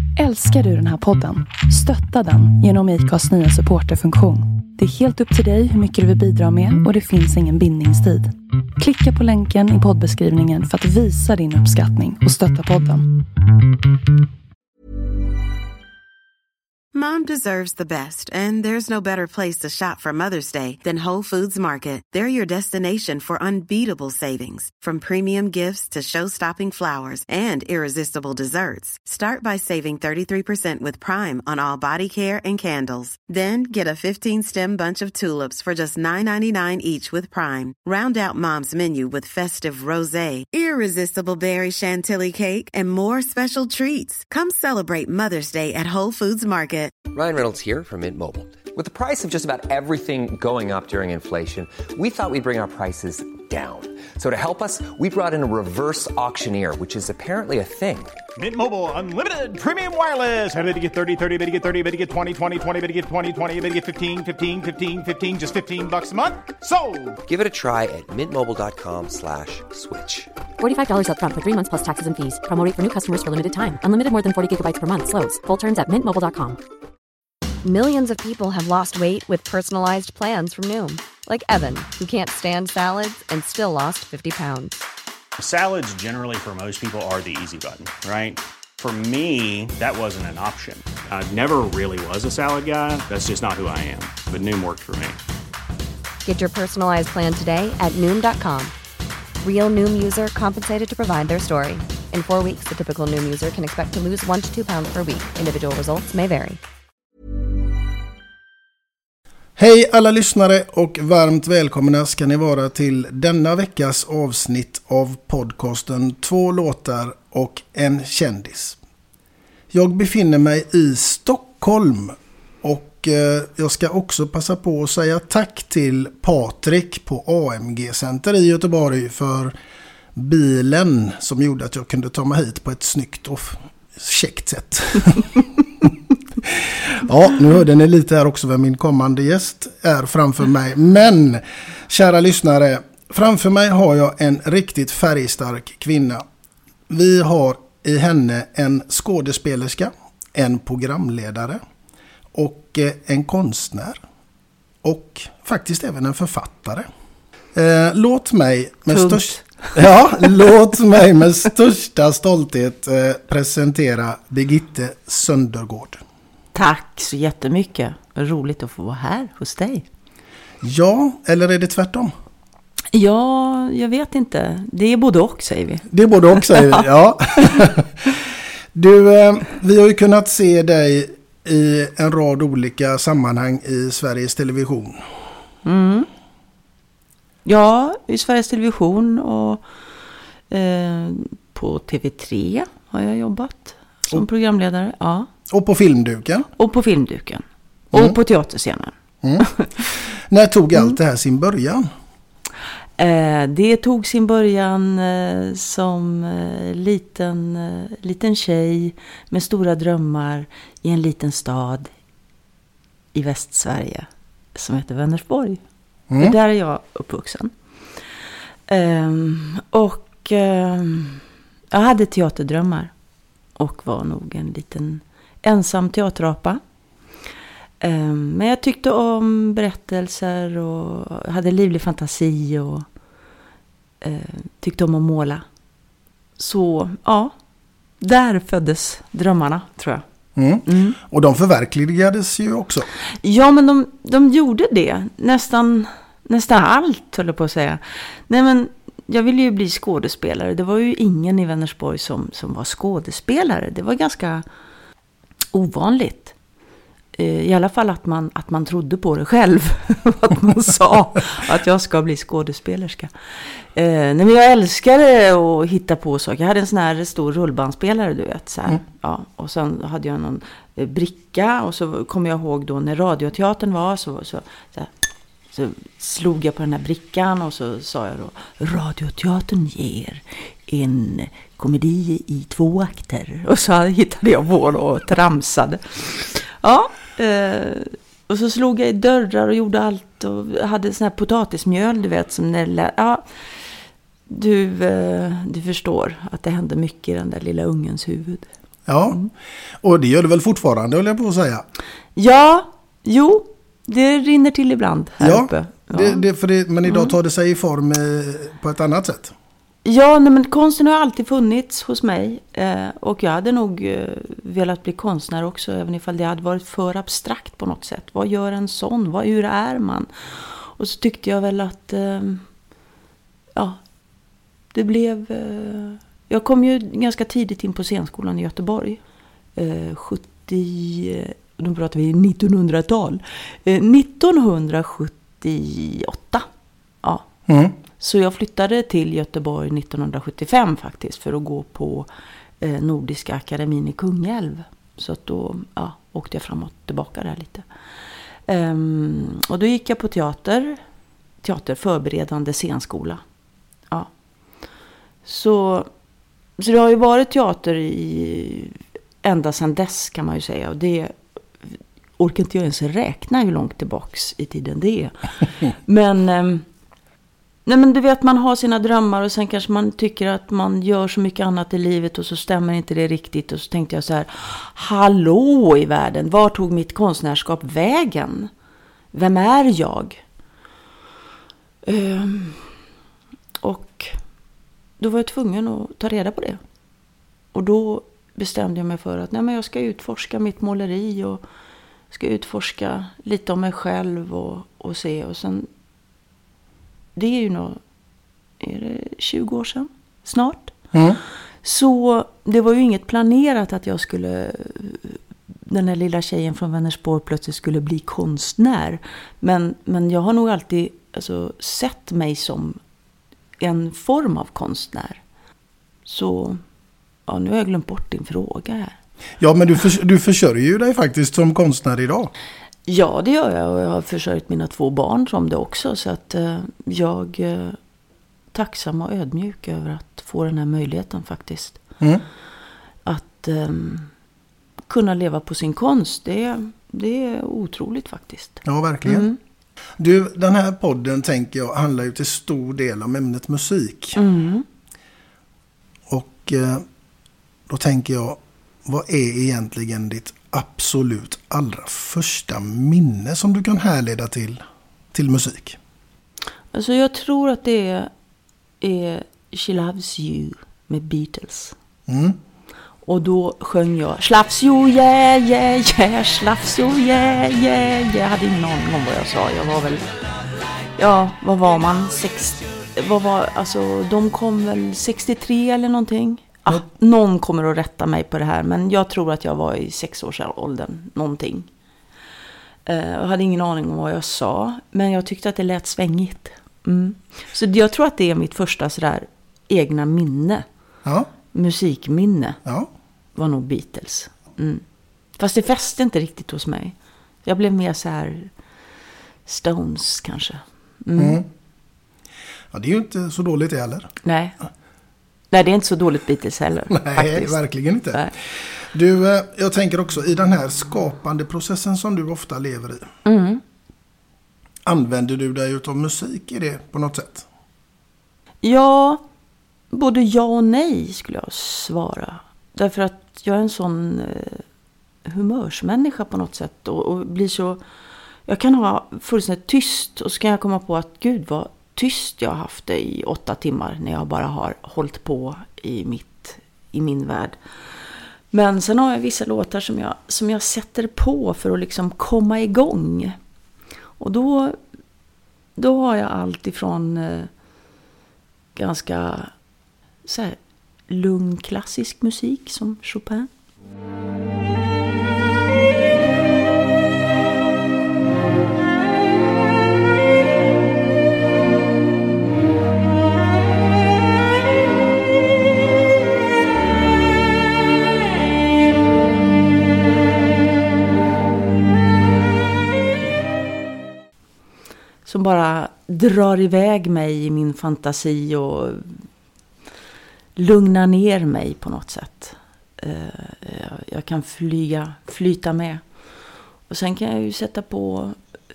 Älskar du den här podden? Stötta den genom ICAs nya supporterfunktion. Det är helt upp till dig hur mycket du vill bidra med och det finns ingen bindningstid. Klicka på länken i poddbeskrivningen för att visa din uppskattning och stötta podden. Mom deserves the best, and there's no better place to shop for Mother's Day than Whole Foods Market. They're your destination for unbeatable savings, from premium gifts to show-stopping flowers and irresistible desserts. Start by saving 33% with Prime on all body care and candles. Then get a 15-stem bunch of tulips for just $9.99 each with Prime. Round out Mom's menu with festive rosé, irresistible berry chantilly cake, and more special treats. Come celebrate Mother's Day at Whole Foods Market. Ryan Reynolds here from Mint Mobile. With the price of just about everything going up during inflation, we thought we'd bring our prices down. So to help us, we brought in a reverse auctioneer, which is apparently a thing. Mint Mobile Unlimited Premium Wireless. How to get 30, 30, how to get 30, how to get 20, 20, 20, how to get 20, 20, how to get 15, 15, 15, 15, just $15 a month? Sold! Give it a try at mintmobile.com/switch. $45 up front for 3 months plus taxes and fees. Promo rate for new customers for limited time. Unlimited more than 40 gigabytes per month. Slows full terms at mintmobile.com. Millions of people have lost weight with personalized plans from Noom. Like Evan, who can't stand salads and still lost 50 pounds. Salads generally for most people are the easy button, right? For me, that wasn't an option. I never really was a salad guy. That's just not who I am. But Noom worked for me. Get your personalized plan today at Noom.com. Real Noom user compensated to provide their story. In 4 weeks, the typical Noom user can expect to lose 1 to 2 pounds per week. Individual results may vary. Hej alla lyssnare och varmt välkomna ska ni vara till denna veckas avsnitt av podcasten 2 låtar och en kändis. Jag befinner mig i Stockholm och jag ska också passa på att säga tack till Patrik på AMG Center i Göteborg för bilen som gjorde att jag kunde ta mig hit på ett snyggt och käckt sätt. Ja, nu hörde ni lite här också vem min kommande gäst är framför mig. Men, kära lyssnare, framför mig har jag en riktigt färgstark kvinna. Vi har i henne en skådespelerska, en programledare och en konstnär. Och faktiskt även en författare. Låt mig med största stolthet presentera Birgitte Söndergård. Tack så jättemycket. Roligt att få vara här hos dig. Ja, eller är det tvärtom? Ja, jag vet inte. Det är både och, säger vi. Det är både och, säger vi, ja. Du, vi har ju kunnat se dig i en rad olika sammanhang i Sveriges Television. Mm. Ja, i Sveriges Television och på TV3 har jag jobbat som programledare, ja. Och på filmduken. Och på filmduken. Och på teaterscenen. Mm. När tog allt det här sin början? Det tog sin början som liten tjej med stora drömmar i en liten stad i Västsverige som heter Vänersborg. Och där är jag uppvuxen. Jag hade teaterdrömmar och var nog en liten ensam teaterapa. Men jag tyckte om berättelser och hade livlig fantasi och tyckte om att måla. Så ja, där föddes drömmarna, tror jag. Och de förverkligades ju också. Ja, men de gjorde det. Nästan allt, höll jag på att säga. Nej, men jag ville ju bli skådespelare. Det var ju ingen i Vänersborg som var skådespelare. Det var ganska ovanligt. I alla fall att man trodde på det själv. Att man sa att jag ska bli skådespelerska. Men jag älskade att hitta på saker. Jag hade en sån här stor rullbandspelare, du vet. Så här. Ja, och sen hade jag någon bricka. Och så kom jag ihåg då när radioteatern var så slog jag på den här brickan och så sa jag då: radioteatern ger en komedi i 2 akter. Och så hittade jag på och tramsade. Ja, och så slog jag i dörrar och gjorde allt och hade sån här potatismjöl, du vet, som ja, du förstår att det hände mycket i den där lilla ungens huvud. Ja, och det gör det väl fortfarande, höll jag på att säga. Ja, jo, det rinner till ibland här uppe. Ja. Men idag tar det sig i form på ett annat sätt. Ja, men konsten har alltid funnits hos mig. Och jag hade nog velat bli konstnär också, även ifall det hade varit för abstrakt på något sätt. Vad gör en sån? Hur är man? Och så tyckte jag väl att det blev... jag kom ju ganska tidigt in på scenskolan i Göteborg. 1900-tal. 1978. Ja. Mm. Så jag flyttade till Göteborg 1975 faktiskt för att gå på Nordiska akademin i Kungälv. Så att då åkte jag fram och tillbaka där lite. Och då gick jag på teaterförberedande scenskola. Ja. Så det har ju varit teater ända sedan dess, kan man ju säga. Och det orkar inte jag ens räkna hur långt tillbaks i tiden det är. Men du vet, man har sina drömmar och sen kanske man tycker att man gör så mycket annat i livet och så stämmer inte det riktigt. Och så tänkte jag så här, hallå i världen, var tog mitt konstnärskap vägen? Vem är jag? Och då var jag tvungen att ta reda på det. Och då bestämde jag mig för att jag ska utforska mitt måleri och ska utforska lite om mig själv och se. Och sen, det är ju är det 20 år sedan snart. Mm. Så det var ju inget planerat att jag skulle, den här lilla tjejen från Vänersborg plötsligt skulle bli konstnär. Men jag har nog alltid sett mig som en form av konstnär. Så nu har jag glömt bort din fråga här. Ja, men du försörjer ju dig faktiskt som konstnär idag. Ja, det gör jag, och jag har försörjt mina 2 barn som det också. Så att jag är tacksam och ödmjuk över att få den här möjligheten faktiskt. Mm. Att kunna leva på sin konst, det är otroligt faktiskt. Ja, verkligen. Mm. Du, den här podden tänker jag handlar ju till stor del om ämnet musik. Mm. Och då tänker jag, vad är egentligen ditt absolut allra första minne som du kan härleda till musik? Alltså jag tror att det är She Loves You med Beatles. Mm. Och då sjöng jag She loves you, yeah, yeah, yeah, she loves you, yeah, yeah, yeah. Jag hade ingen aning om vad jag sa. Jag var väl, vad var man? De kom väl 63 eller någonting. Någon kommer att rätta mig på det här, men jag tror att jag var i 6-årsåldern, någonting. Jag hade ingen aning om vad jag sa, men jag tyckte att det lät svängigt. Mm. Så jag tror att det är mitt första sådär egna minne. Ja. Musikminne. Ja. Var nog Beatles. Mm. Fast det fäste inte riktigt hos mig. Jag blev mer så här Stones kanske. Mm. Mm. Ja, det är ju inte så dåligt heller. Nej. Nej, det är inte så dåligt Beatles heller. Nej, faktiskt. Verkligen inte. Nej. Du, jag tänker också i den här skapande processen som du ofta lever i. Mm. Använder du dig av musik i det på något sätt? Ja, både ja och nej skulle jag svara. Därför att jag är en sån humörsmänniska på något sätt. Och blir så... Jag kan ha fullständigt tyst och så kan jag komma på att gud vad tyst jag har haft det i 8 timmar när jag bara har hållit på i min värld. Men sen har jag vissa låtar som jag sätter på för att liksom komma igång. Och då har jag allt ifrån ganska så här, lugn klassisk musik som Chopin. Som bara drar iväg mig i min fantasi och lugnar ner mig på något sätt. Jag kan flyta med. Och sen kan jag ju sätta på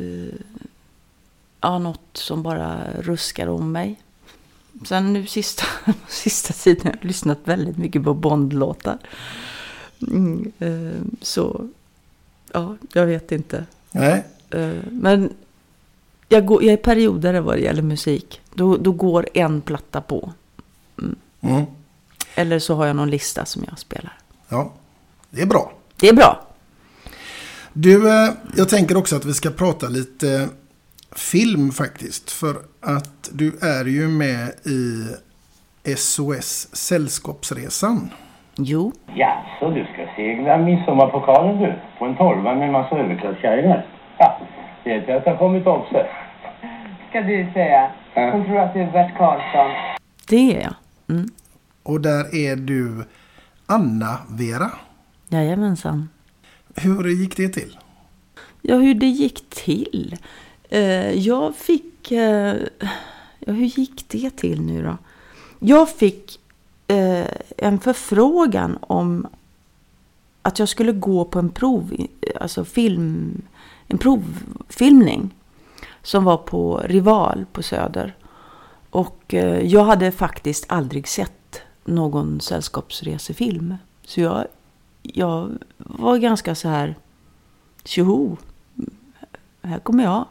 något som bara ruskar om mig. Sen nu sista tiden har jag lyssnat väldigt mycket på Bondlåtar. Så, ja, jag vet inte. Nej. Men jag är perioder vad det gäller musik. Då går en platta på. Eller så har jag någon lista som jag spelar. Ja, det är bra. Det är bra. Du, jag tänker också att vi ska prata lite film faktiskt. För att du är ju med i SOS Sällskapsresan. Jo. Ja, så du ska segla midsommarpokalen du. På en 12 med en massa överklasskärringar. Ja, det är att det har kommit av sig. Ska du säga. Hon tror att du är Bert Karlsson. Det är jag. Mm. Och där är du Anna Vera. Jajamensan. Hur gick det till? Ja, hur det gick till? Jag fick... hur gick det till nu då? Jag fick en förfrågan om att jag skulle gå på en provfilmning som var på Rival på Söder. Och jag hade faktiskt aldrig sett någon sällskapsresefilm. Så jag var ganska så här, tjoho, här kommer jag.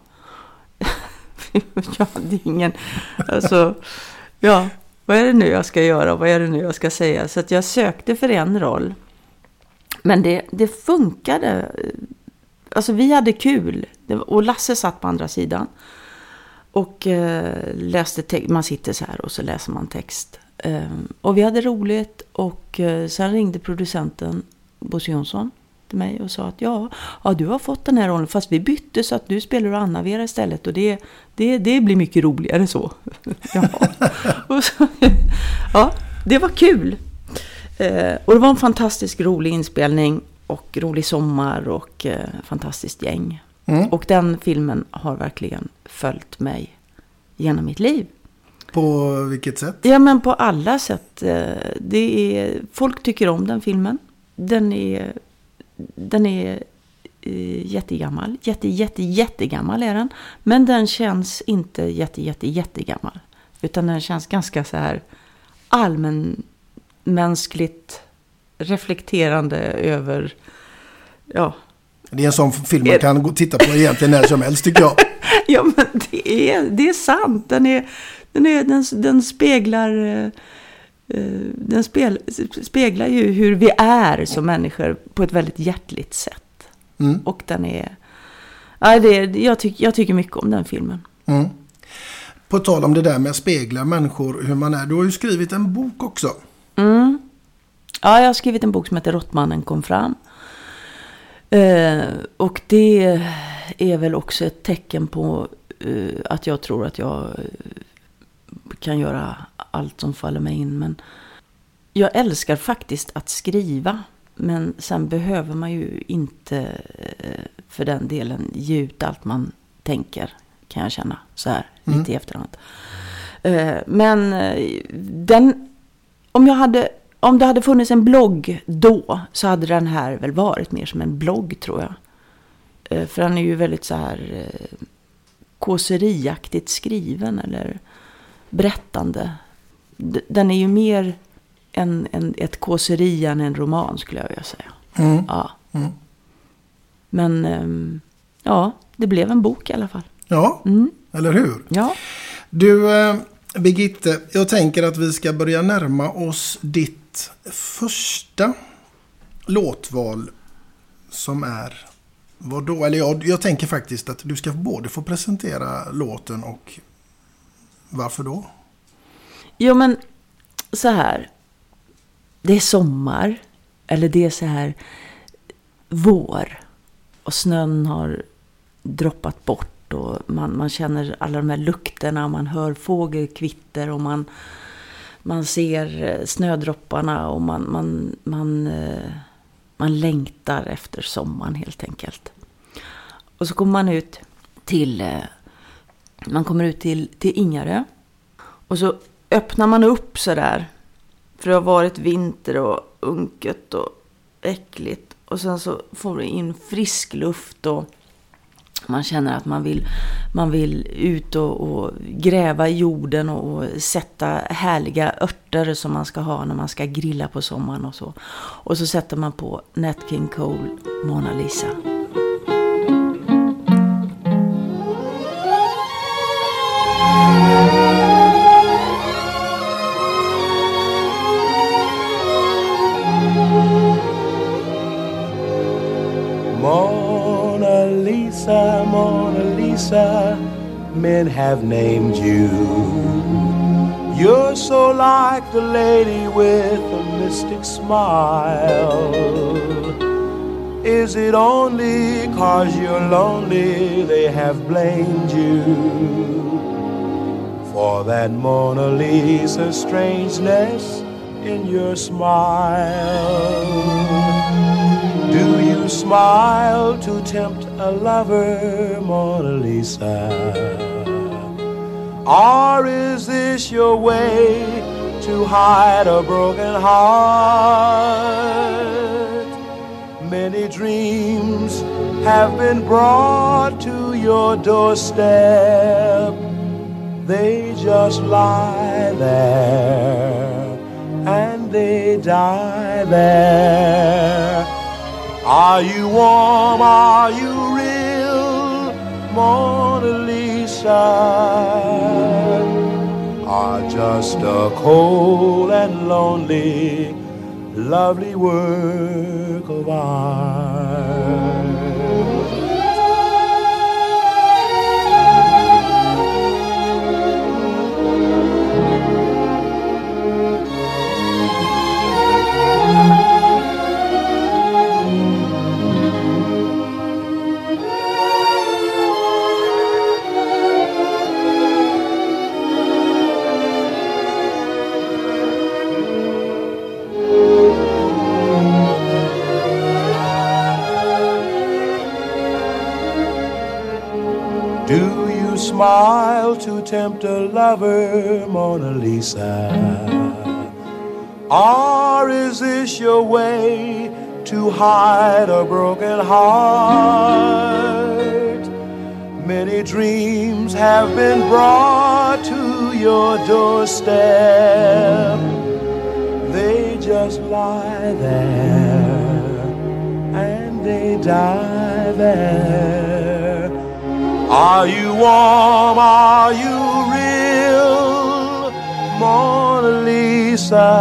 Jag hade ingen, alltså, ja, vad är det nu jag ska göra? Vad är det nu jag ska säga? Så att jag sökte för en roll. Men det funkade. Alltså vi hade kul. Och Lasse satt på andra sidan. Och läste man sitter så här och så läser man text. Och vi hade roligt. Och sen ringde producenten Bosse Jonsson till mig och sa att ja, du har fått den här rollen. Fast vi bytte så att du spelar Anna Vera istället. Och det blir mycket roligare så. Ja. Och så, ja, det var kul. Och det var en fantastiskt rolig inspelning. Och rolig sommar och fantastiskt gäng. Och den filmen har verkligen följt mig genom mitt liv. På vilket sätt? Ja, men på alla sätt. Folk tycker om den filmen. Den är jättegammal. Jättegammal är den. Men den känns inte jättegammal. Utan den känns ganska så här allmänmänskligt reflekterande över, ja. Det är en sån film man kan gå och titta på egentligen när som helst, tycker jag. Ja, men det är sant. Den speglar ju hur vi är som människor på ett väldigt hjärtligt sätt. Och den är... jag tycker mycket om den filmen. På tal om det där med att spegla människor, hur man är. Du har ju skrivit en bok också. Ja, jag har skrivit en bok som heter Råttmannen kom fram. Och det är väl också ett tecken på att jag tror att jag kan göra allt som faller mig in. Men jag älskar faktiskt att skriva. Men sen behöver man ju inte för den delen ge ut allt man tänker, kan jag känna så här lite i efterhand. Men om det hade funnits en blogg då, så hade den här väl varit mer som en blogg, tror jag. För den är ju väldigt så här kåseriaktigt skriven eller berättande. Den är ju mer ett kåseri än en roman, skulle jag vilja säga. Ja. Men ja, det blev en bok i alla fall. Ja, eller hur? Ja. Du, Birgitte, jag tänker att vi ska börja närma oss ditt första låtval som är vad då? Eller jag tänker faktiskt att du ska både få presentera låten och varför då? Jo, men så här. Det är sommar. Eller det är så här vår. Och snön har droppat bort. Och man känner alla de här lukterna. Och man hör fågelkvitter. Och man ser snödropparna. Och man längtar efter sommaren helt enkelt. Och så kommer man ut till Ingarö. Och så öppnar man upp så där. För det har varit vinter och unket och äckligt. Och sen så får du in frisk luft och Man känner att man vill ut och gräva i jorden och sätta härliga örter som man ska ha när man ska grilla på sommaren och så. Och så sätter man på Nat King Cole, Mona Lisa. Mona Lisa, Mona Lisa, men have named you. You're so like the lady with a mystic smile. Is it only 'cause you're lonely they have blamed you for that Mona Lisa strangeness in your smile? Do you smile to tempt a lover, Mona Lisa? Or is this your way to hide a broken heart? Many dreams have been brought to your doorstep. They just lie there and they die there. Are you warm, are you real, Mona Lisa? Or just a cold and lonely, lovely work of art? Do you smile to tempt a lover, Mona Lisa? Or is this your way to hide a broken heart? Many dreams have been brought to your doorstep. They just lie there and they die there. Are you warm, are you real, Mona Lisa?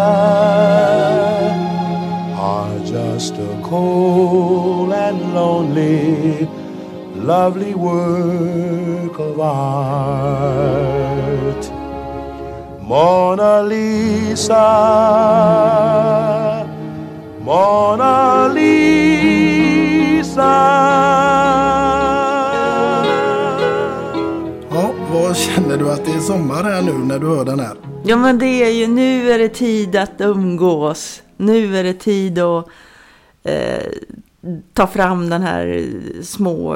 Or just a cold and lonely, lovely work of art? Mona Lisa, Mona Lisa. Känner du att det är sommar här nu när du hör den här? Ja, men det är ju, nu är det tid att umgås. Nu är det tid att ta fram den här små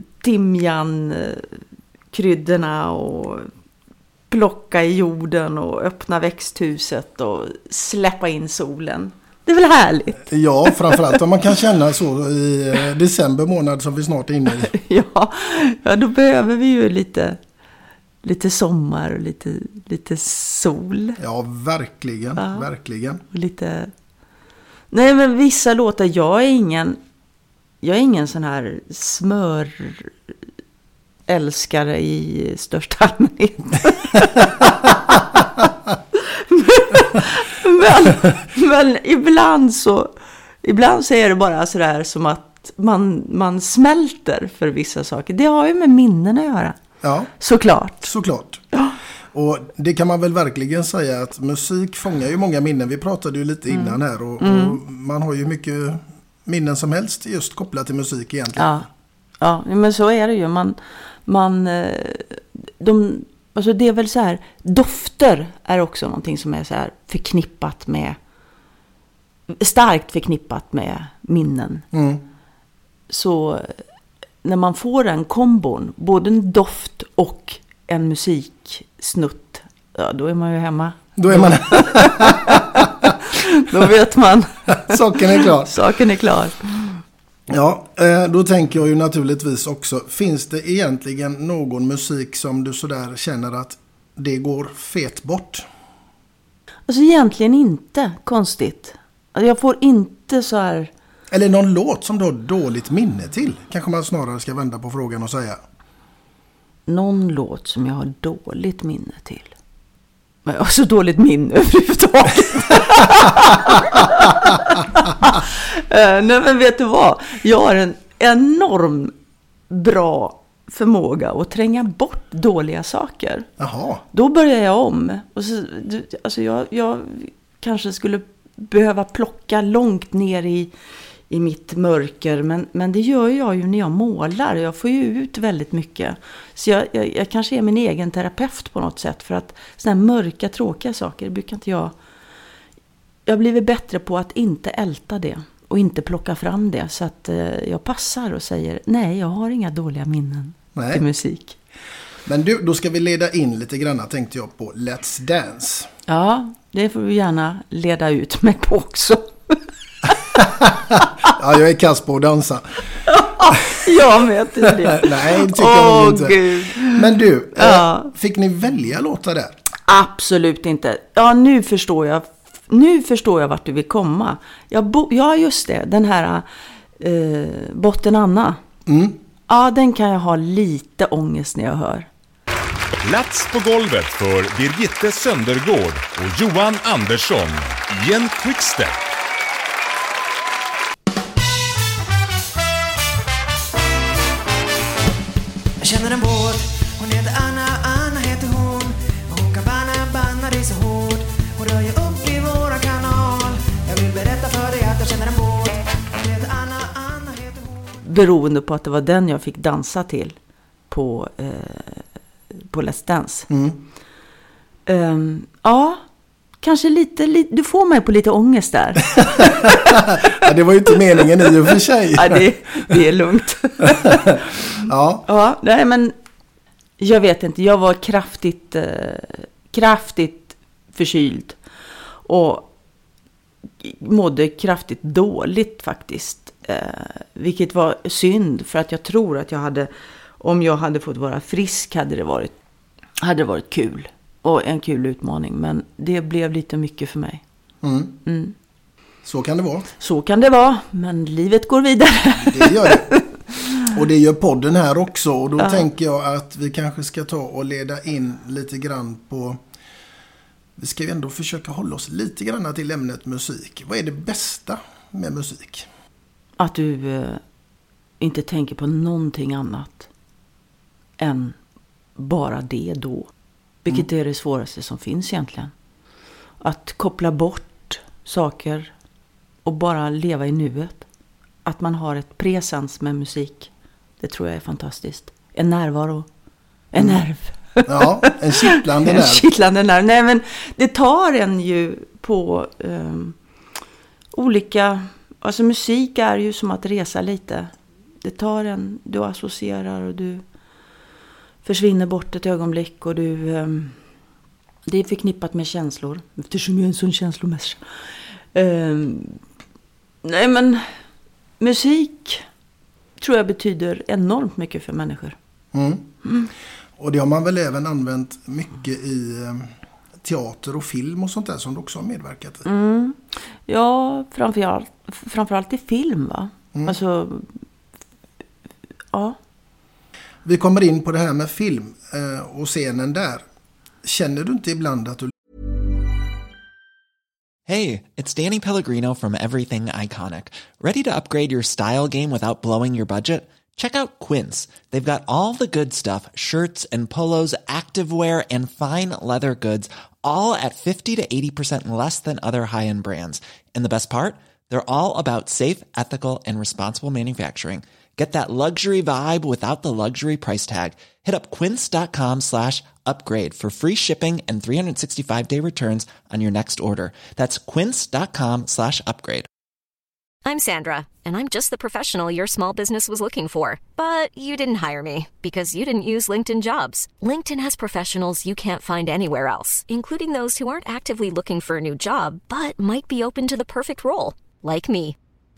timjankryddorna och plocka i jorden och öppna växthuset och släppa in solen. Det är väl härligt? Ja, framförallt om man kan känna så i december månad som vi snart är inne i. Ja, då behöver vi ju lite sommar och lite sol. Ja, verkligen, ja. Verkligen. Och lite... Nej, men vissa låtar, jag är ingen sån här smörälskare i största allmänhet. men ibland så är det bara så där som att man smälter för vissa saker. Det har ju med minnen att göra. Ja, såklart. Ja. Och det kan man väl verkligen säga att musik fångar ju många minnen. Vi pratade ju lite innan här och man har ju mycket minnen som helst just kopplat till musik egentligen. Ja, men så är det ju. Alltså det är väl så här, dofter är också någonting som är så här starkt förknippat med minnen. Så när man får den kombon, både en doft och en musiksnutt, ja, då är man ju hemma. Då vet man. Saken är klar. Saken är klar. Ja, då tänker jag ju naturligtvis också, finns det egentligen någon musik som du sådär känner att det går fet bort? Alltså egentligen inte, konstigt. Alltså jag får inte så här... Eller någon låt som du har dåligt minne till? Kanske man snarare ska vända på frågan och säga. Någon låt som jag har dåligt minne till. Men jag har så dåligt minne överhuvudtaget. Nej men vet du vad? Jag har en enorm bra förmåga att tränga bort dåliga saker. Jaha. Då börjar jag om. Och så, alltså jag kanske skulle behöva plocka långt ner i mitt mörker. Men det gör jag ju när jag målar. Jag får ju ut väldigt mycket. Så jag kanske är min egen terapeut på något sätt. För att sådana här mörka, tråkiga saker brukar inte jag... Jag blir bättre på att inte älta det. Och inte plocka fram det. Så att jag passar och säger nej, jag har inga dåliga minnen till musik. Men du, då ska vi leda in lite grann, tänkte jag, på Let's Dance. Ja, det får du gärna leda ut mig på också. Ja, jag är kass på att dansa. Jag vet inte det. Nej, det tycker jag inte. Gud. Men du, fick ni välja låtar där? Absolut inte. Ja, nu förstår jag vart du vill komma. Ja, just det. Den här Botten Anna. Mm. Ja, den kan jag ha lite ångest när jag hör. Plats på golvet för Birgitte Söndergård och Johan Andersson i en quickstep. Jag känner en båt, hon heter Anna heter hon. Och hon kan banna dig så hårt. Hon rör ju upp i våra kanal. Jag vill berätta för dig att jag känner en båt. Hon heter Anna heter hon. Beroende på att det var den jag fick dansa till på Let's Dance. Ja, kanske lite, du får mig på lite ångest där. Ja, det var ju inte meningen i och för sig. Ja, det är lugnt. Ja, nej men jag vet inte, jag var kraftigt förkyld och mådde kraftigt dåligt faktiskt. Vilket var synd, för att jag tror att om jag hade fått vara frisk hade det varit kul. Och en kul utmaning, men det blev lite mycket för mig. Så kan det vara. Så kan det vara, men livet går vidare. Det gör det. Och det gör podden här också. Och då tänker jag att vi kanske ska ta och leda in lite grann på... Vi ska ju ändå försöka hålla oss lite grann till ämnet musik. Vad är det bästa med musik? Att du inte tänker på någonting annat än bara det då. Vilket är det svåraste som finns egentligen. Att koppla bort saker och bara leva i nuet. Att man har ett presens med musik. Det tror jag är fantastiskt. En närvaro. En nerv. Ja, en kittlande nerv. En kittlande nerv. Nej, men det tar en ju på olika... Alltså musik är ju som att resa lite. Det tar en... Du associerar och du försvinner bort ett ögonblick och du... det är förknippat med känslor. Eftersom jag är en sån känslomässig. Nej, men musik tror jag betyder enormt mycket för människor. Och det har man väl även använt mycket i teater och film och sånt där som du också har medverkat i. Ja, framförallt i film, va? Alltså, ja. Vi kommer in på det här med film och scenen där. Känner du inte ibland att du... Hey, it's Danny Pellegrino from Everything Iconic. Ready to upgrade your style game without blowing your budget? Check out Quince. They've got all the good stuff, shirts and polos, activewear and fine leather goods, all at 50 to 80% less than other high-end brands. And the best part? They're all about safe, ethical, and responsible manufacturing. Get that luxury vibe without the luxury price tag. Hit up quince.com/upgrade for free shipping and 365-day returns on your next order. That's quince.com/upgrade. I'm Sandra, and I'm just the professional your small business was looking for. But you didn't hire me because you didn't use LinkedIn Jobs. LinkedIn has professionals you can't find anywhere else, including those who aren't actively looking for a new job, but might be open to the perfect role, like me.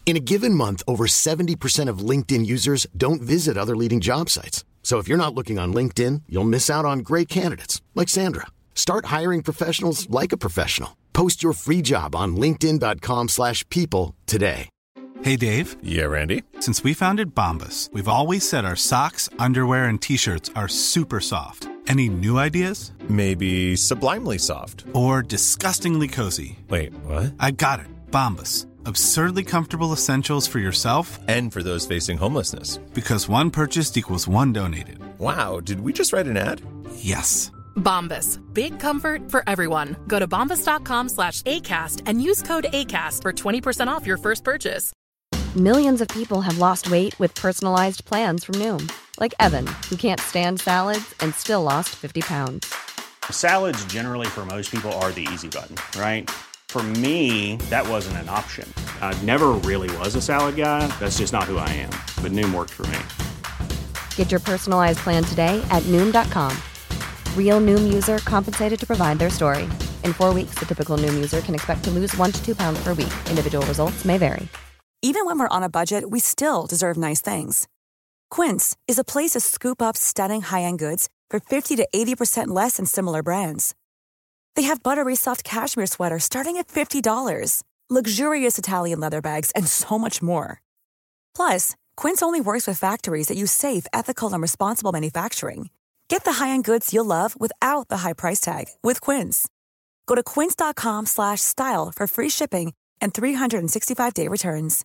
In a given month, over 70% of LinkedIn users don't visit other leading job sites. So if you're not looking on LinkedIn, you'll miss out on great candidates like Sandra. Start hiring professionals like a professional. Post your free job on linkedin.com/people today. Hey, Dave. Yeah, Randy. Since we founded Bombas, we've always said our socks, underwear, and T-shirts are super soft. Any new ideas? Maybe sublimely soft. Or disgustingly cozy. Wait, what? I got it. Bombas. Absurdly comfortable essentials for yourself and for those facing homelessness. Because one purchased equals one donated. Wow, did we just write an ad? Yes. Bombas. Big comfort for everyone. Go to bombas.com/ACAST and use code ACAST for 20% off your first purchase. Millions of people have lost weight with personalized plans from Noom. Like Evan, who can't stand salads and still lost 50 pounds. Salads generally for most people are the easy button, right? For me, that wasn't an option. I never really was a salad guy. That's just not who I am. But Noom worked for me. Get your personalized plan today at Noom.com. Real Noom user compensated to provide their story. In 4 weeks, the typical Noom user can expect to lose 1 to 2 pounds per week. Individual results may vary. Even when we're on a budget, we still deserve nice things. Quince is a place to scoop up stunning high-end goods for 50 to 80% less than similar brands. They have buttery soft cashmere sweaters starting at $50, luxurious Italian leather bags, and so much more. Plus, Quince only works with factories that use safe, ethical, and responsible manufacturing. Get the high-end goods you'll love without the high price tag with Quince. Go to quince.com/style for free shipping and 365-day returns.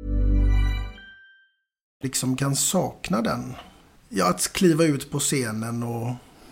Liksom kan sakna den. Ja, att kliva ut på scenen och...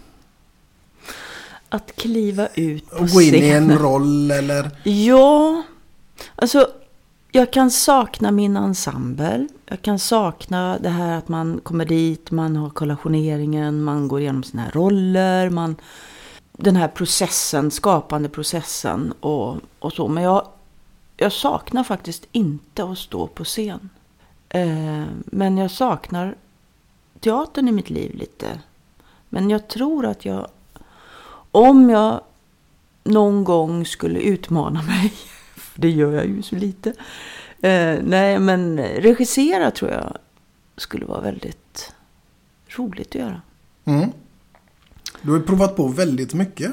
Att kliva ut på och gå in i en roll eller... Ja, alltså jag kan sakna min ensemble. Jag kan sakna det här att man kommer dit, man har kollationeringen, man går igenom sina här roller, den här processen, skapande processen och så. Men jag saknar faktiskt inte att stå på scen. Men jag saknar teatern i mitt liv lite. Men jag tror att om jag någon gång skulle utmana mig, för det gör jag ju så lite. Nej, men regissera tror jag skulle vara väldigt roligt att göra. Mm. Du har provat på väldigt mycket.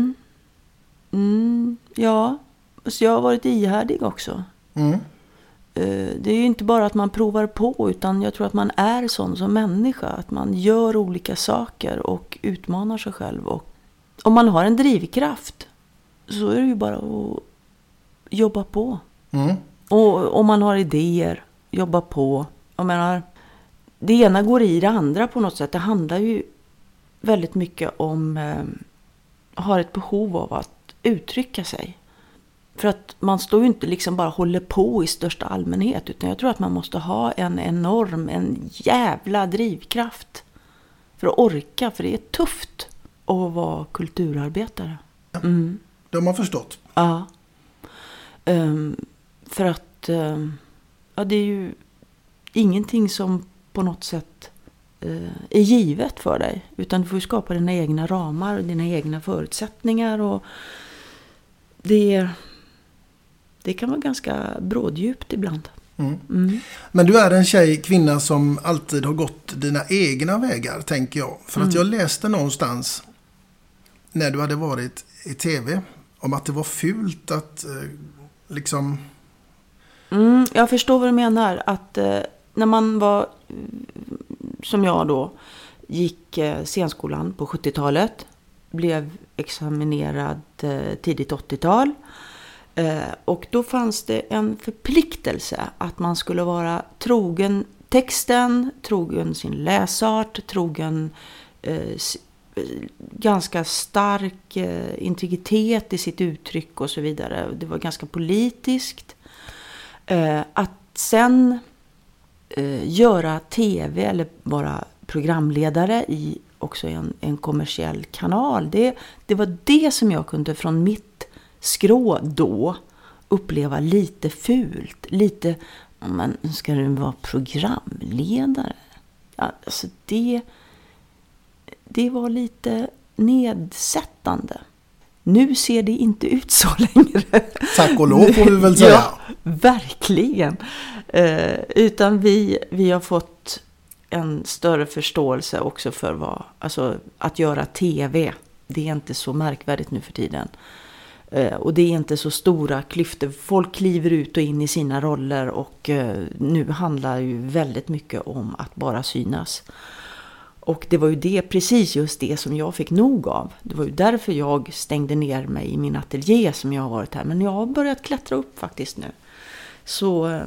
Ja, så jag har varit ihärdig också. Det är ju inte bara att man provar på, utan jag tror att man är sån som människa. Att man gör olika saker och utmanar sig själv. Och om man har en drivkraft så är det ju bara att jobba på. Och om man har idéer, jobba på. Jag menar, det ena går i det andra på något sätt. Det handlar ju väldigt mycket om har ett behov av att uttrycka sig. För att man står ju inte liksom bara håller på i största allmänhet, utan jag tror att man måste ha en jävla drivkraft för att orka, för det är tufft att vara kulturarbetare. Det har man förstått. Ja. För att det är ju ingenting som på något sätt är givet för dig, utan du får skapa dina egna ramar och dina egna förutsättningar, och det kan vara ganska bråddjupt ibland. Men du är en kvinna som alltid har gått dina egna vägar, tänker jag. För att jag läste någonstans när du hade varit i tv om att det var fult att liksom... Jag förstår vad du menar. Att när man var, som jag då, gick scenskolan på 70-talet, blev examinerad tidigt 80-tal. Och då fanns det en förpliktelse att man skulle vara trogen texten, trogen sin läsart, trogen ganska stark integritet i sitt uttryck och så vidare. Det var ganska politiskt. Att sen göra tv eller vara programledare i också en kommersiell kanal, det var det som jag kunde från mitt skrå då uppleva lite fult. Lite, men ska du vara programledare? Ja, alltså det var lite nedsättande. Nu ser det inte ut så längre. Tack och lov får vi väl säga. Ja, verkligen. Utan vi har fått en större förståelse också för att göra tv. Det är inte så märkvärdigt nu för tiden. Och det är inte så stora klyftor. Folk kliver ut och in i sina roller och nu handlar ju väldigt mycket om att bara synas. Och det var ju precis just det som jag fick nog av. Det var ju därför jag stängde ner mig i min ateljé som jag har varit här. Men jag har börjat klättra upp faktiskt nu. Så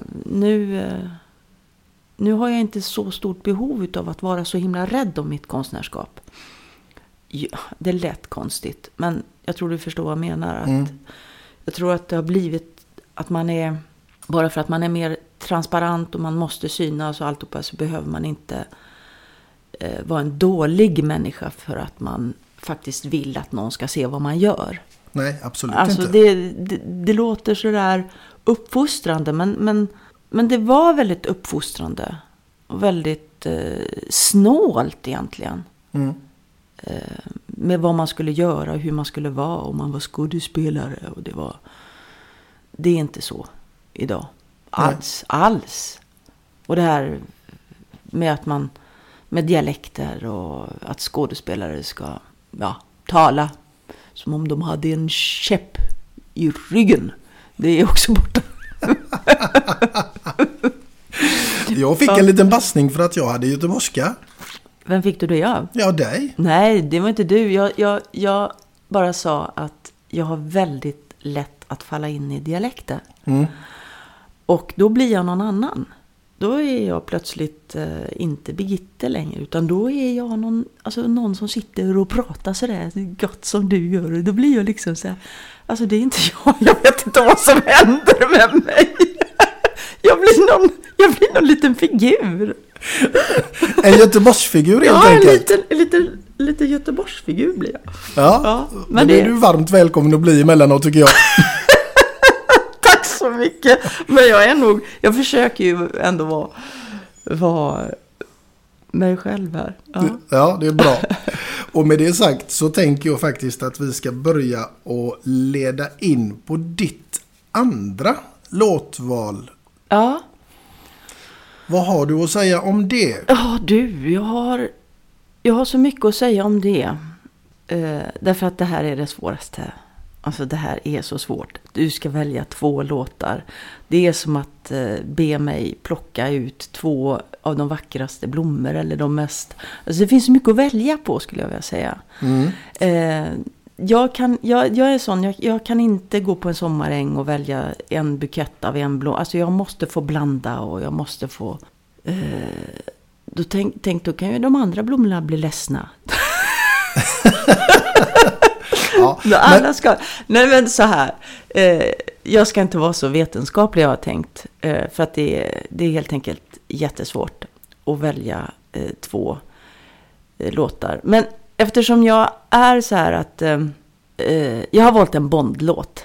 nu har jag inte så stort behov av att vara så himla rädd om mitt konstnärskap. Ja, det är lätt konstigt, men jag tror du förstår vad jag menar. Jag tror att det har blivit att man är, bara för att man är mer transparent och man måste synas och alltihopa, så behöver man inte vara en dålig människa för att man faktiskt vill att någon ska se vad man gör. Nej, absolut inte. Det låter sådär uppfostrande, men det var väldigt uppfostrande och väldigt snålt egentligen. Med vad man skulle göra och hur man skulle vara, om man var skådespelare, och det är inte så idag alls. Och det här med att man med dialekter och att skådespelare ska tala som om de hade en käpp i ryggen, det är också borta. Jag fick en liten passning för att jag hade göteborgska. Vem fick du det av? Ja, dig. Nej, det var inte du. Jag bara sa att jag har väldigt lätt att falla in i dialekter. Och då blir jag någon annan. Då är jag plötsligt inte Birgitte längre, utan då är jag någon som sitter och pratar sådär gott som du gör. Och då blir jag liksom så här, alltså det är inte jag vet inte vad som händer med mig. Jag blir någon liten figur. En Göteborgsfigur helt enkelt. En liten Göteborgsfigur blir jag. Ja, men det är du varmt välkommen att bli emellanåt, tycker jag. Tack så mycket. Men jag försöker ju ändå vara mig själv här. Ja, det är bra. Och med det sagt så tänker jag faktiskt att vi ska börja och leda in på ditt andra låtval. Ja. Vad har du att säga om det? Ja, jag har så mycket att säga om det. Därför att det här är det svåraste. Alltså det här är så svårt. Du ska välja 2 låtar. Det är som att be mig plocka ut 2 av de vackraste blommor. Eller de mest... Alltså det finns så mycket att välja på, skulle jag vilja säga. Jag är sån, jag kan inte gå på en sommaräng och välja en bukett av en blom. Alltså jag måste få blanda och jag måste få... Då då kan ju de andra blommorna bli ledsna. Alla ska... Nej, men så här. Jag ska inte vara så vetenskaplig, jag har tänkt. För att det är helt enkelt jättesvårt att välja 2 låtar. Men eftersom jag är så här att jag har valt en Bond-låt.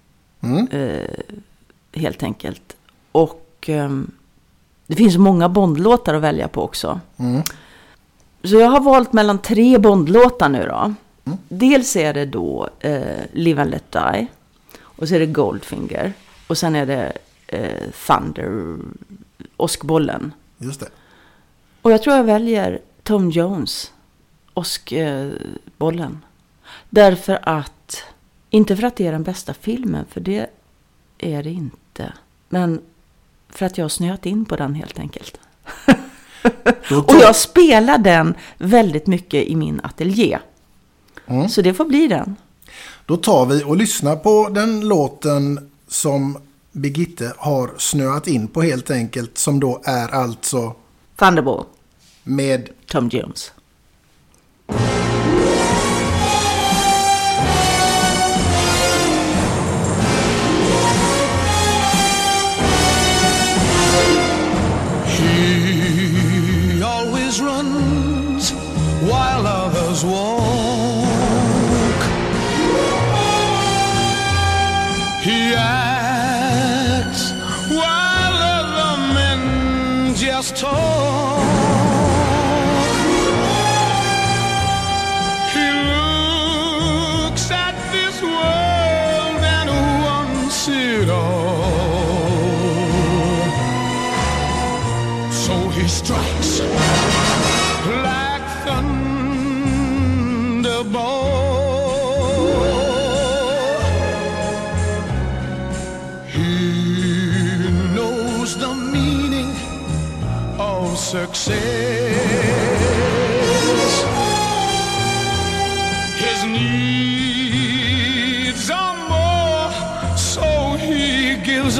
Helt enkelt. Och det finns många Bond-låtar att välja på också. Så jag har valt mellan 3 Bond-låtar nu då. Dels är det då Live and Let Die. Och så är det Goldfinger. Och sen är det Thunder, Åskbollen. Just det. Och jag tror jag väljer Tom Jones, Åskbollen. Därför att, inte för att det är den bästa filmen, för det är det inte. Men för att jag har snöat in på den helt enkelt. Och jag spelar den väldigt mycket i min ateljé. Så det får bli den. Då tar vi och lyssnar på den låten som Birgitte har snöat in på helt enkelt. Som då är alltså Thunderball med Tom Jones. He always runs while others walk. He acts while other men just talk. He looks at this he strikes like thunderbolt. He knows the meaning of success. His needs are more, so he gives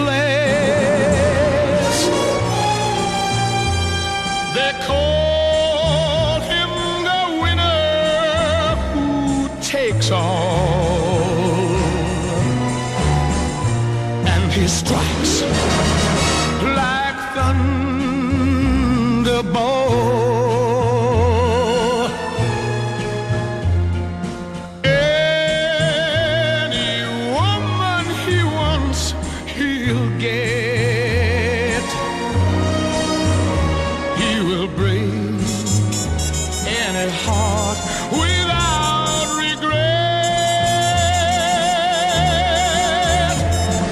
less. They call him the winner who takes all, and he strikes like thunderbolt. Any woman he wants, he'll get. He will break any heart without regret.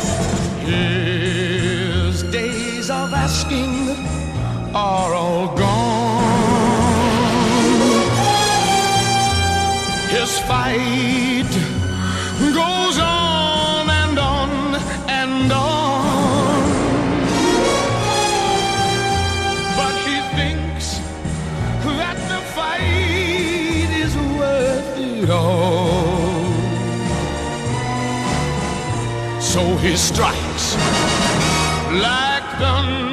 His days of asking are all gone. His fight goes on and on and on. But he thinks that the fight is worth it all. So he strikes like thunder.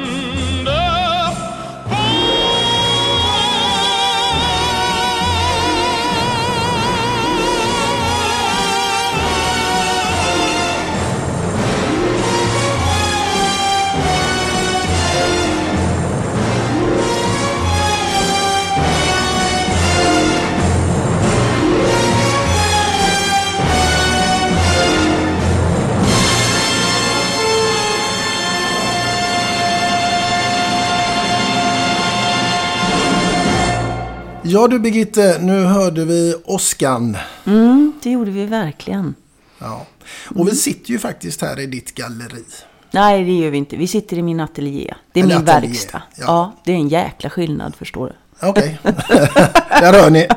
Ja du Birgitte, nu hörde vi Oskan. Det gjorde vi verkligen. Ja. Och vi sitter ju faktiskt här i ditt galleri. Nej, det gör vi inte. Vi sitter i min ateljé. Det är min verkstad. Ja, det är en jäkla skillnad, förstår du. Okej. Där hör ni.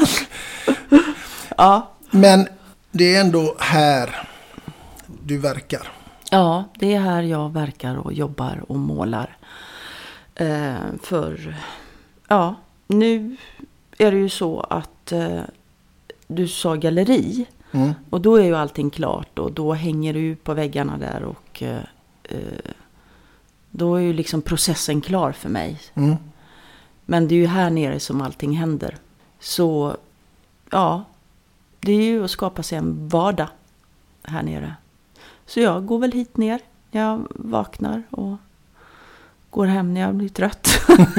Ja. Men det är ändå här du verkar. Ja, det är här jag verkar och jobbar och målar. Nu är det ju så att du sa galleri. Och då är ju allting klart och då hänger du på väggarna där och då är ju liksom processen klar för mig. Men det är ju här nere som allting händer. Så ja, det är ju att skapa sig en vardag här nere. Så jag går väl hit ner. Jag vaknar och går hem när jag blir trött.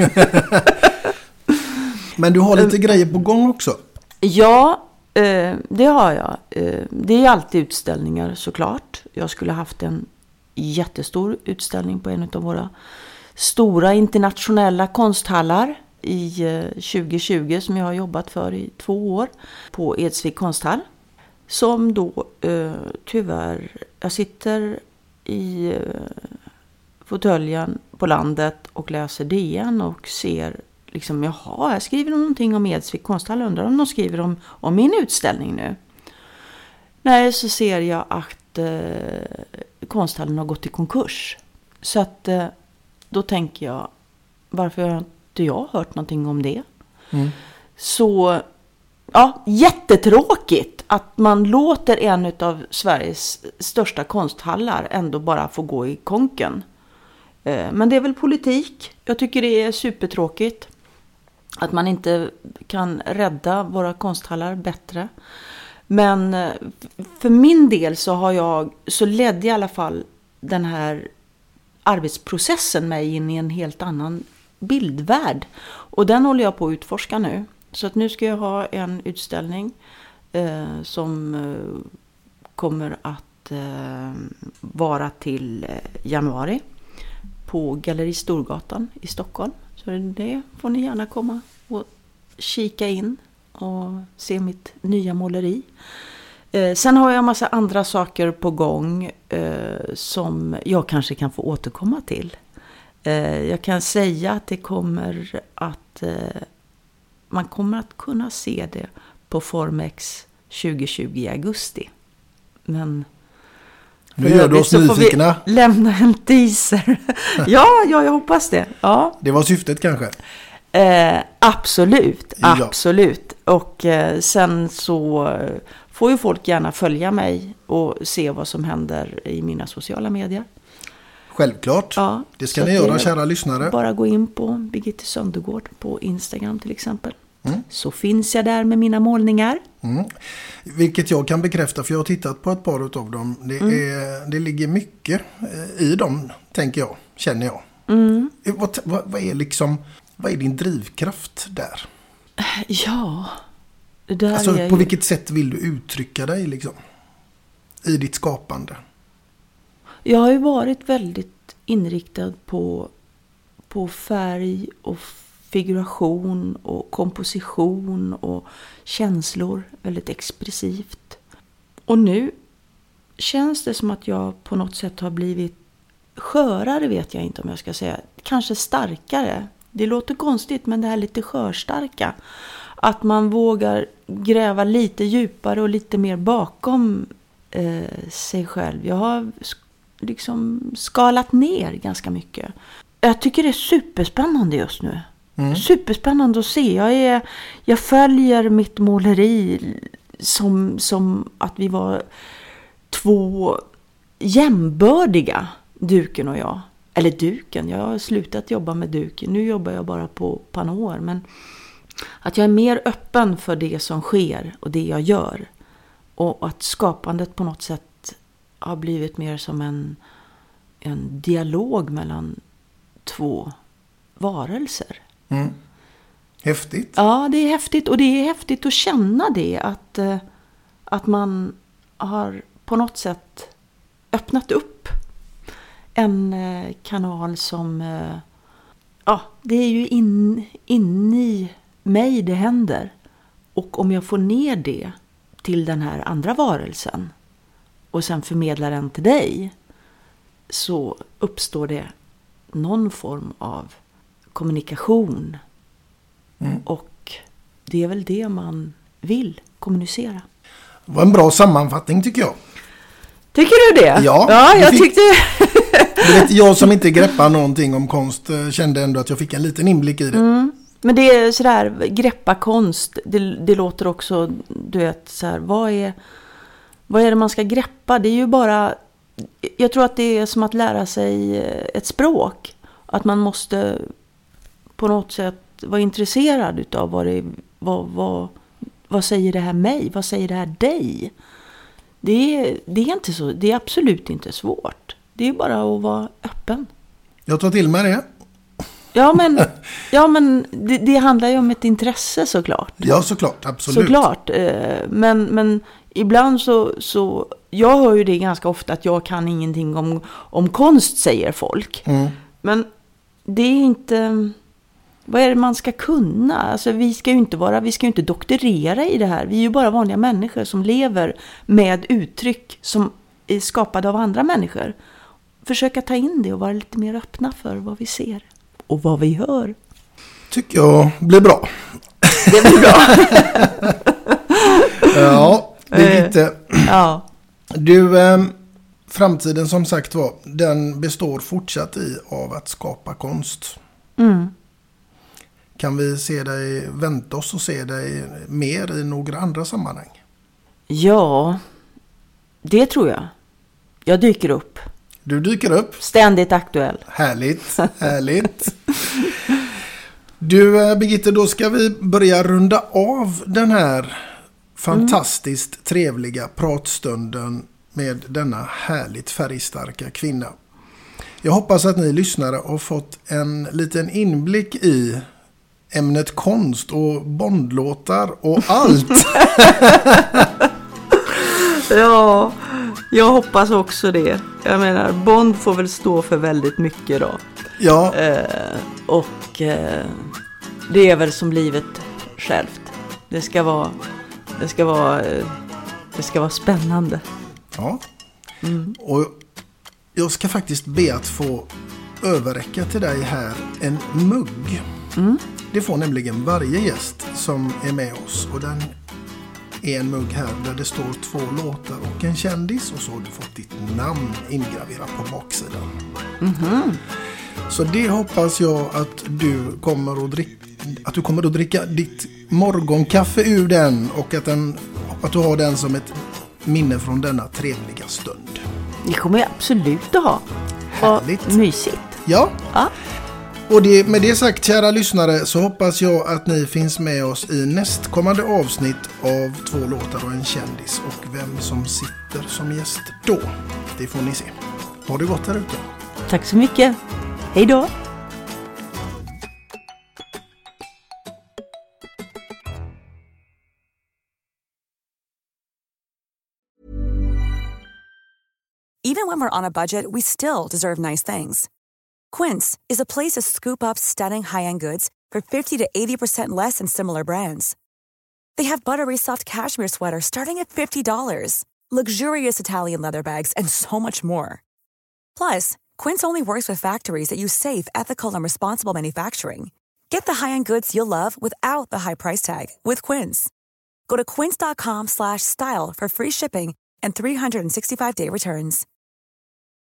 Men du har lite grejer på gång också. Ja, det har jag. Det är alltid utställningar såklart. Jag skulle haft en jättestor utställning på en av våra stora internationella konsthallar i 2020 som jag har jobbat för i 2 år på Edsvik konsthall. Som då tyvärr, jag sitter i fåtöljen på landet och läser DN och ser liksom, jaha, här skriver de någonting om Edsvik konsthall, undrar om de skriver om min utställning nu. Nej, så ser jag att konsthallen har gått i konkurs. Så att då tänker jag, varför har inte jag hört någonting om det? Så ja, jättetråkigt att man låter en av Sveriges största konsthallar ändå bara få gå i konken. Men det är väl politik. Jag tycker det är supertråkigt att man inte kan rädda våra konsthallar bättre. Men för min del så ledde i alla fall den här arbetsprocessen mig in i en helt annan bildvärld. Och den håller jag på att utforska nu. Så att nu ska jag ha en utställning som kommer att vara till januari på Galleri Storgatan i Stockholm. Så det får ni gärna komma och kika in och se mitt nya måleri. Sen har jag en massa andra saker på gång som jag kanske kan få återkomma till. Jag kan säga att det kommer att man kommer att kunna se det på Formex 2020 i augusti. Men nu gör du oss så nyfikna. Får vi lämna en teaser. ja, jag hoppas det. Ja. Det var syftet kanske? Absolut. Och sen så får ju folk gärna följa mig och se vad som händer i mina sociala medier. Självklart. Ja, det ska ni göra, kära lyssnare. Bara gå in på Birgitte Söndergård på Instagram till exempel. Så finns jag där med mina målningar. Vilket jag kan bekräfta, för jag har tittat på ett par av dem. Det ligger mycket i dem, tänker jag, känner jag. Vad är din drivkraft där? Ja, det där alltså, är på ju... vilket sätt vill du uttrycka dig liksom, i ditt skapande? Jag har ju varit väldigt inriktad på färg och figuration och komposition och känslor, väldigt expressivt. Och nu känns det som att jag på något sätt har blivit skörare, vet jag inte om jag ska säga. Kanske starkare. Det låter konstigt, men det här lite skörstarka. Att man vågar gräva lite djupare och lite mer bakom sig själv. Jag har liksom skalat ner ganska mycket. Jag tycker det är superspännande just nu. Superspännande att se. Jag följer mitt måleri som att vi var två jämbördiga, duken och jag. Eller duken, jag har slutat jobba med duken. Nu jobbar jag bara på panåer. Men att jag är mer öppen för det som sker och det jag gör. Och att skapandet på något sätt har blivit mer som en dialog mellan två varelser. Häftigt. Ja, det är häftigt. Och det är häftigt att känna det. Att man har på något sätt öppnat upp en kanal som... det är ju in i mig det händer. Och om jag får ner det till den här andra varelsen och sen förmedlar den till dig, så uppstår det någon form av kommunikation. Och det är väl det man vill kommunicera. Det var en bra sammanfattning, tycker jag. Tycker du det? Ja, jag tyckte... Du vet, jag som inte greppar någonting om konst kände ändå att jag fick en liten inblick i det. Men det är sådär, greppa konst, det låter också, du vet, så här, vad är det man ska greppa? Det är ju bara, jag tror att det är som att lära sig ett språk. Att man måste på något sätt vara intresserad utav vad säger det här mig? Vad säger det här dig? Det är inte så, det är absolut inte svårt. Det är bara att vara öppen. Jag tar till mig det. Ja, men det handlar ju om ett intresse, såklart. Ja, såklart, absolut. Såklart. Men ibland så jag hör ju det ganska ofta att jag kan ingenting om konst, säger folk. Men det är inte... Vad är det man ska kunna? Alltså, vi ska ju inte doktorera i det här. Vi är ju bara vanliga människor som lever med uttryck som är skapade av andra människor. Försöka ta in det och vara lite mer öppna för vad vi ser och vad vi hör. Tycker jag blir bra. Det blir bra. Ja, det är lite... Ja. Du, framtiden som sagt var, den består fortsatt av att skapa konst. Kan vi vänta oss och se dig mer i några andra sammanhang? Ja, det tror jag. Jag dyker upp. Du dyker upp. Ständigt aktuell. Härligt, härligt. Du, Birgitte, då ska vi börja runda av den här fantastiskt trevliga pratstunden med denna härligt färgstarka kvinna. Jag hoppas att ni lyssnare har fått en liten inblick i ämnet konst och Bondlåtar och allt. Ja, jag hoppas också det. Jag menar, Bond får väl stå för väldigt mycket då. Ja. Det är väl som livet självt. Det ska vara spännande. Ja. Och jag ska faktiskt be att få överräcka till dig här en mugg. Det får nämligen varje gäst som är med oss. Och den är en mugg här där det står 2 låtar och en kändis. Och så har du fått ditt namn ingraverat på baksidan. Så det hoppas jag att du kommer att dricka ditt morgonkaffe ur den. Och att du har den som ett minne från denna trevliga stund. Det kommer jag absolut att ha. Härligt. Och mysigt. Ja. Och med det sagt, kära lyssnare, så hoppas jag att ni finns med oss i nästkommande avsnitt av 2 låtar och en kändis. Och vem som sitter som gäst då, det får ni se. Ha det gott här ute. Tack så mycket. Hej då. Even when we're on a budget, we still deserve nice things. Quince is a place to scoop up stunning high-end goods for 50 to 80% less than similar brands. They have buttery soft cashmere sweaters starting at $50, luxurious Italian leather bags, and so much more. Plus, Quince only works with factories that use safe, ethical, and responsible manufacturing. Get the high-end goods you'll love without the high price tag with Quince. Go to quince.com/style for free shipping and 365-day returns.